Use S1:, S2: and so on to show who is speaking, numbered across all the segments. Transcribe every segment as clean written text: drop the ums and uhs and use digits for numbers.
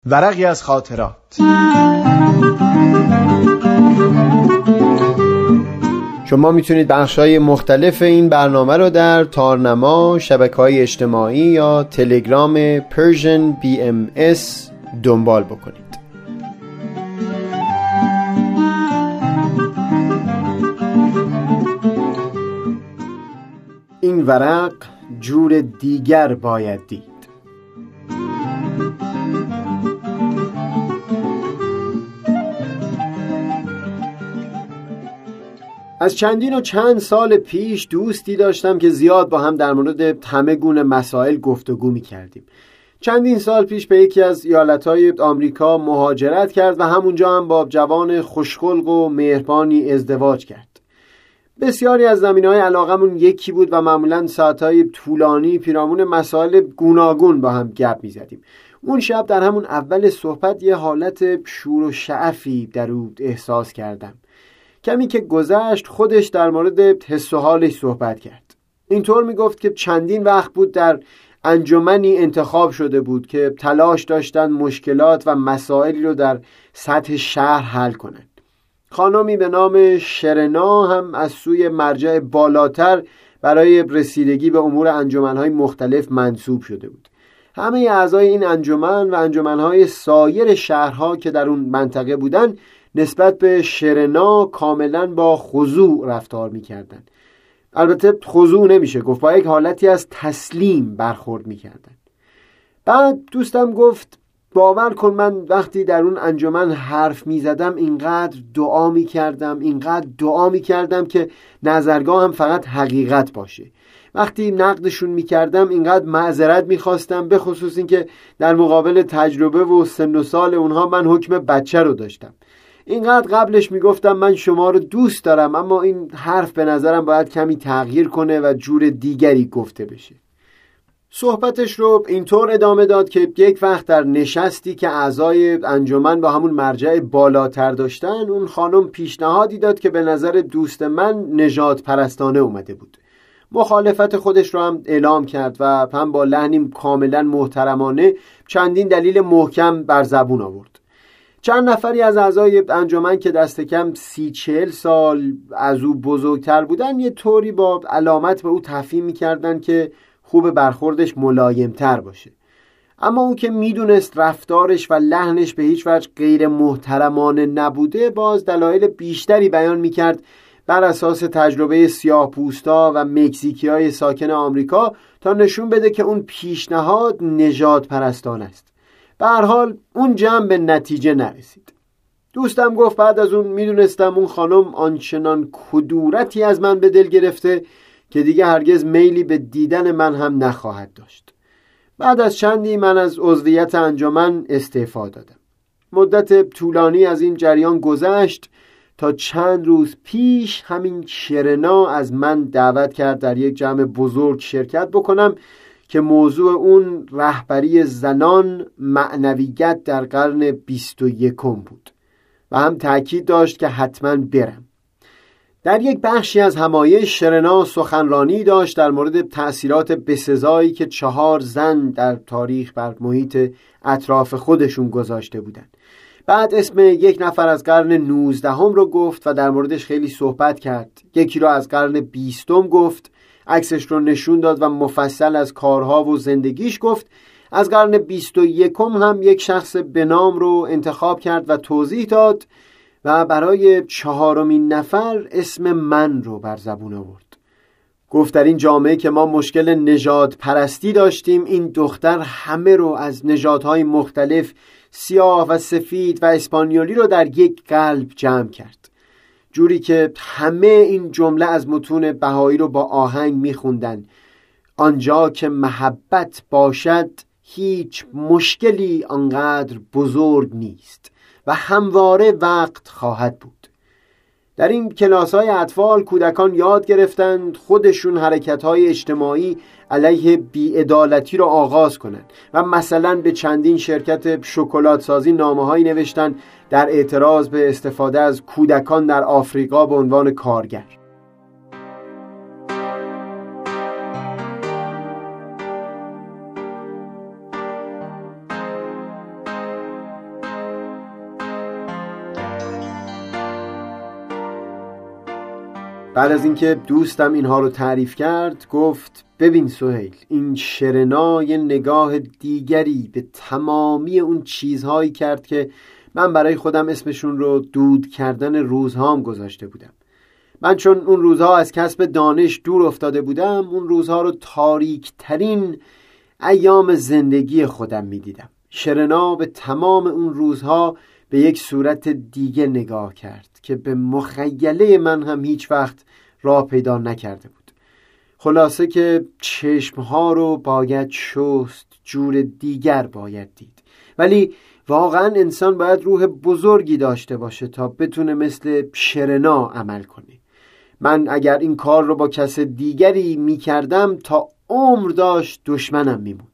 S1: ورقی از خاطرات. شما میتونید بخش‌های مختلف این برنامه رو در تارنما، شبکه‌های اجتماعی یا تلگرام Persian BMS دنبال بکنید. این ورق جور دیگر باید دید. از چندین و چند سال پیش دوستی داشتم که زیاد با هم در مورد همه گونه مسائل گفتگو می کردیم. چندین سال پیش به یکی از ایالتهای آمریکا مهاجرت کرد و همونجا هم با جوان خوشخلق و مهربانی ازدواج کرد. بسیاری از زمینه‌های علاقمون یکی بود و معمولاً ساعتهای طولانی پیرامون مسائل گوناگون با هم گپ می‌زدیم. اون شب در همون اول صحبت یه حالت شور و شعفی در او احساس کردم. کمی که گذشت خودش در مورد حس و حالش صحبت کرد. اینطور میگفت که چندین وقت بود در انجمنی انتخاب شده بود که تلاش داشتن مشکلات و مسائلی رو در سطح شهر حل کنند. خانمی به نام شرنا هم از سوی مرجع بالاتر برای رسیدگی به امور انجمن‌های مختلف منصوب شده بود. همه اعضای این انجمن و انجمن‌های سایر شهرها که در اون منطقه بودن نسبت به شرنا کاملا با خضوع رفتار می‌کردند. البته خضوع نمیشه گفت، با یک حالتی از تسلیم برخورد می‌کردند. بعد دوستم گفت باور کن من وقتی در اون انجمن حرف می‌زدم اینقدر دعا می‌کردم که نظرگاه هم فقط حقیقت باشه. وقتی نقدشون می‌کردم اینقدر معذرت می‌خواستم، به خصوص اینکه در مقابل تجربه و سن و سال اونها من حکم بچه رو داشتم. اینقدر قبلش میگفتم من شما رو دوست دارم، اما این حرف به نظرم باید کمی تغییر کنه و جور دیگری گفته بشه. صحبتش رو اینطور ادامه داد که یک وقت در نشستی که اعضای انجمن با همون مرجع بالاتر داشتن، اون خانم پیشنهادی داد که به نظر دوست من نژاد پرستانه اومده بود. مخالفت خودش رو هم اعلام کرد و هم با لحنی کاملا محترمانه چندین دلیل محکم بر زبون آورد. چند نفری از اعضای انجمن که دست کم 30-40 سال از او بزرگتر بودن یه طوری با علامت به او تفهیم می‌کردن که خوب برخوردش ملایم‌تر باشه. اما او که میدونست رفتارش و لحنش به هیچ وجه غیر محترمانه نبوده، باز دلایل بیشتری بیان می‌کرد بر اساس تجربه سیاه‌پوستا و مکزیکی‌های ساکن آمریکا تا نشون بده که اون پیشنهاد نژاد پرستانه است. به هر حال اون جمع به نتیجه نرسید. دوستم گفت بعد از اون میدونستم اون خانم آنچنان کدورتی از من به دل گرفته که دیگه هرگز میلی به دیدن من هم نخواهد داشت. بعد از چندی من از عضویت انجمن استعفا دادم. مدت طولانی از این جریان گذشت تا چند روز پیش همین شرنا از من دعوت کرد در یک جمع بزرگ شرکت بکنم که موضوع اون رهبری زنان معنویت در قرن 21 بود و هم تأکید داشت که حتما برم. در یک بخشی از همایش شرنا سخنرانی داشت در مورد تأثیرات بسزایی که 4 زن در تاریخ بر محیط اطراف خودشون گذاشته بودند. بعد اسم یک نفر از قرن 19 رو گفت و در موردش خیلی صحبت کرد. یکی رو از قرن 20 گفت، عکسش رو نشون داد و مفصل از کارها و زندگیش گفت. از قرن 21 هم یک شخص به نام رو انتخاب کرد و توضیح داد و برای 4مین نفر اسم من رو بر زبون آورد. گفت در این جامعه که ما مشکل نژاد پرستی داشتیم، این دختر همه رو از نژادهای مختلف، سیاه و سفید و اسپانیولی رو در یک قلب جمع کرد، جوری که همه این جمله از متون بهایی رو با آهنگ میخوندن. آنجا که محبت باشد هیچ مشکلی آنقدر بزرگ نیست و همواره وقت خواهد بود. در این کلاس‌های اطفال کودکان یاد گرفتند خودشون حرکت‌های اجتماعی علیه بی‌عدالتی رو آغاز کنند و مثلا به چندین شرکت شکلات سازی نامه‌هایی نوشتن در اعتراض به استفاده از کودکان در آفریقا به عنوان کارگر. بعد از اینکه دوستم اینها رو تعریف کرد گفت ببین سهیل، این شرنا یه نگاه دیگری به تمامی اون چیزهایی کرد که من برای خودم اسمشون رو دود کردن روزهام گذاشته بودم. من چون اون روزها از کسب دانش دور افتاده بودم، اون روزها رو تاریک ترین ایام زندگی خودم می دیدم. شرنا به تمام اون روزها به یک صورت دیگه نگاه کرد که به مخیله من هم هیچ وقت راه پیدا نکرده بود. خلاصه که چشمها رو باید شست، جور دیگر باید دید. ولی واقعا انسان باید روح بزرگی داشته باشه تا بتونه مثل شرنا عمل کنه. من اگر این کار رو با کس دیگری می کردم تا عمر داشت دشمنم می موند.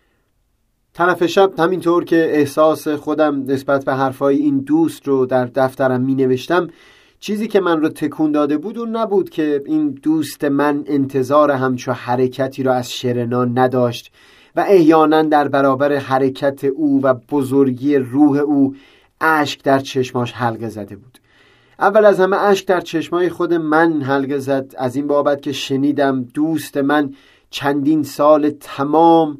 S1: طرف شب همینطور که احساس خودم نسبت به حرفای این دوست رو در دفترم می نوشتم، چیزی که من رو تکون داده بود اون نبود که این دوست من انتظار همچو حرکتی رو از شرنا نداشت و احیانا در برابر حرکت او و بزرگی روح او اشک در چشماش حلقه زده بود. اول از همه اشک در چشمای خود من حلقه زد از این بابت که شنیدم دوست من چندین سال تمام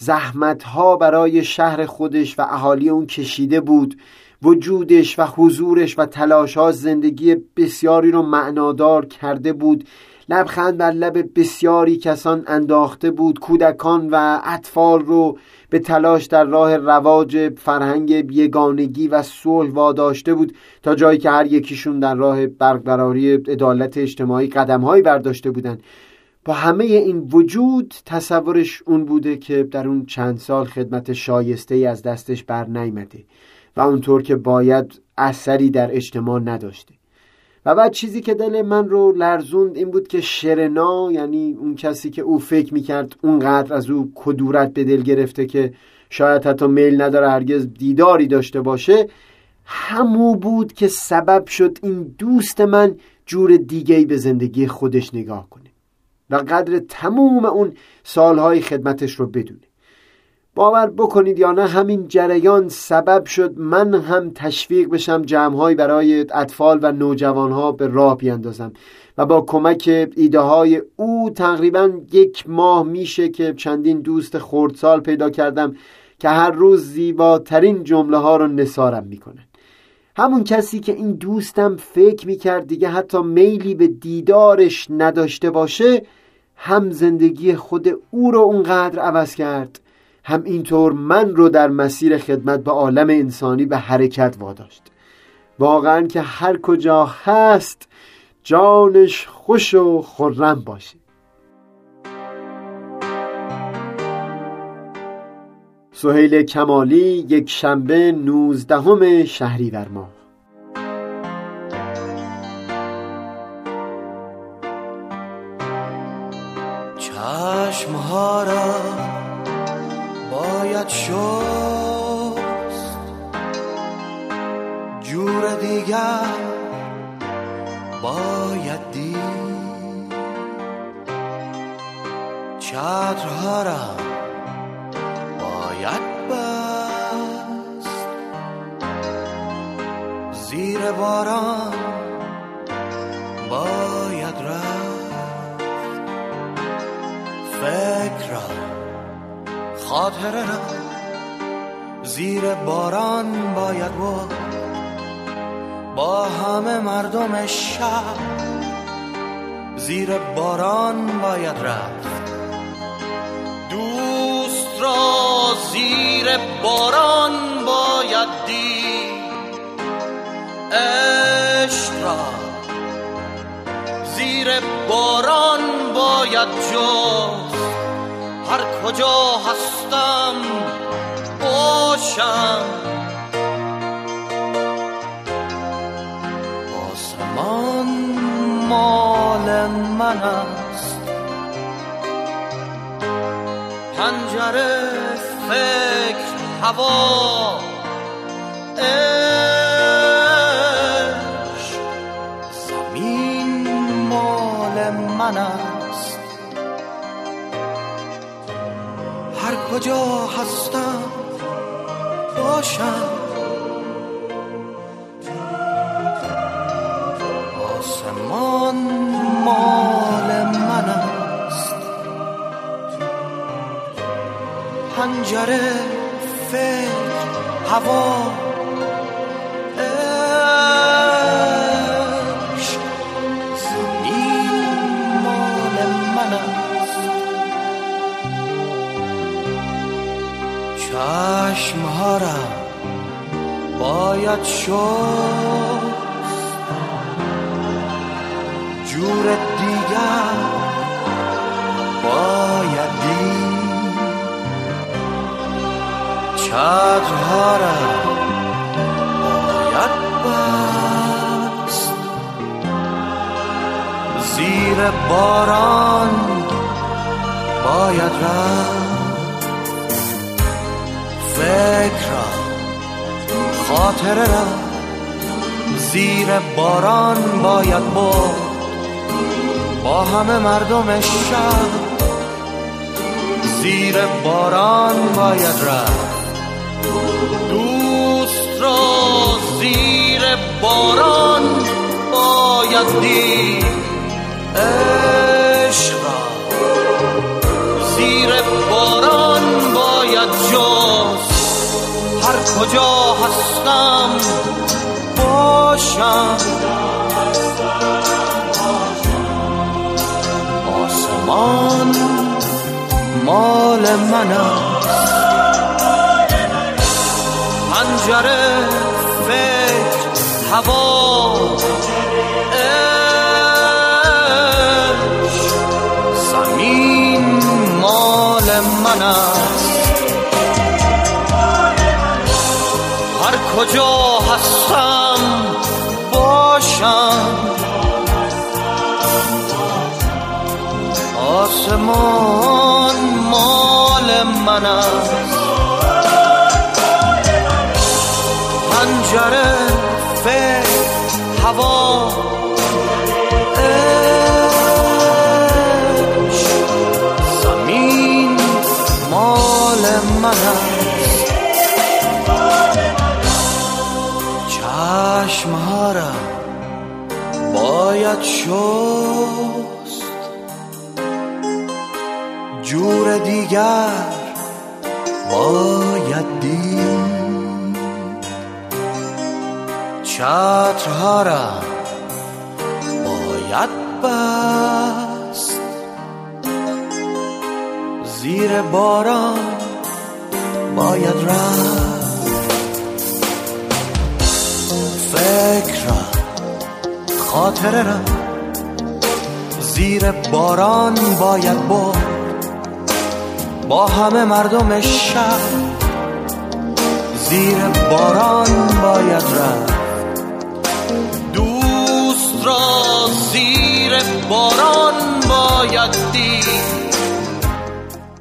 S1: زحمتها برای شهر خودش و اهالی اون کشیده بود. وجودش و حضورش و تلاش‌ها زندگی بسیاری رو معنادار کرده بود. لبخند بر لب بسیاری کسان انداخته بود. کودکان و اطفال رو به تلاش در راه رواج فرهنگ یگانگی و صلح واداشته بود تا جایی که هر یکیشون در راه برقراری عدالت اجتماعی قدم‌هایی برداشته بودند. با همه این وجود تصورش اون بوده که در اون چند سال خدمت شایسته‌ای از دستش بر نیامده و اونطور که باید اثری در اجتماع نداشته. و بعد چیزی که دل من رو لرزوند این بود که شرنا، یعنی اون کسی که او فکر میکرد اونقدر از او کدورت به دل گرفته که شاید حتی میل نداره هرگز دیداری داشته باشه، همون بود که سبب شد این دوست من جور دیگه‌ای به زندگی خودش نگاه کنه و قدر تموم اون سالهای خدمتش رو بدونه. باور بکنید یا نه همین جریان سبب شد من هم تشویق بشم جمع‌هایی برای اطفال و نوجوانها به راه بیاندازم و با کمک ایده های او تقریباً 1 ماه میشه که چندین دوست خردسال پیدا کردم که هر روز زیباترین جمله ها رو نثارم میکنن. همون کسی که این دوستم فکر میکرد دیگه حتی میلی به دیدارش نداشته باشه، هم زندگی خود او رو اونقدر عوض کرد، هم اینطور من رو در مسیر خدمت به عالم انسانی به حرکت واداشت. واقعا که هر کجا هست جانش خوش و خرم باشه. سهیل کمالی، یک شنبه 19 شهریور ماه.
S2: چشمها را باید شست، جور دیگر باید دید، چترها را باید بست، زیر باران باید رفت، فکر را خاطره را زیر باران باید بود، با همه مردم شهر زیر باران باید رفت، دوست را زیر باران باید دید، عشق را زیر باران باید جست، هر کجا هستم باشم، آسمان مال من است، پنجره فکر هوا عشق، زمین مال من است، هر کجا هستم باشم، آسمان پنجره فکر هوا عشق زمین مال من است چشمها را باید شد جور دیگر باید دید چترها را باید بست زیر باران باید رفت فکر را خاطره را زیر باران باید برد با همه مردم شهر زیر باران باید رفت دوست را زیر باران باید دید عشق را زیر باران باید جست هر کجا هستم باشم آسمان مال من است پنجره فکر هوا عشق زمین مال من است هر کجا هستم باشم آسمان مال من است پنجره فکر هوا عشق زمین مال من است چشمها را باید شست جور دیگر باید دید چترها را باید بست زیر باران باید رفت فکر را خاطره را زیر باران باید برد با همه مردم شهر زیر باران باید رفت دوست را زیر باران باید دید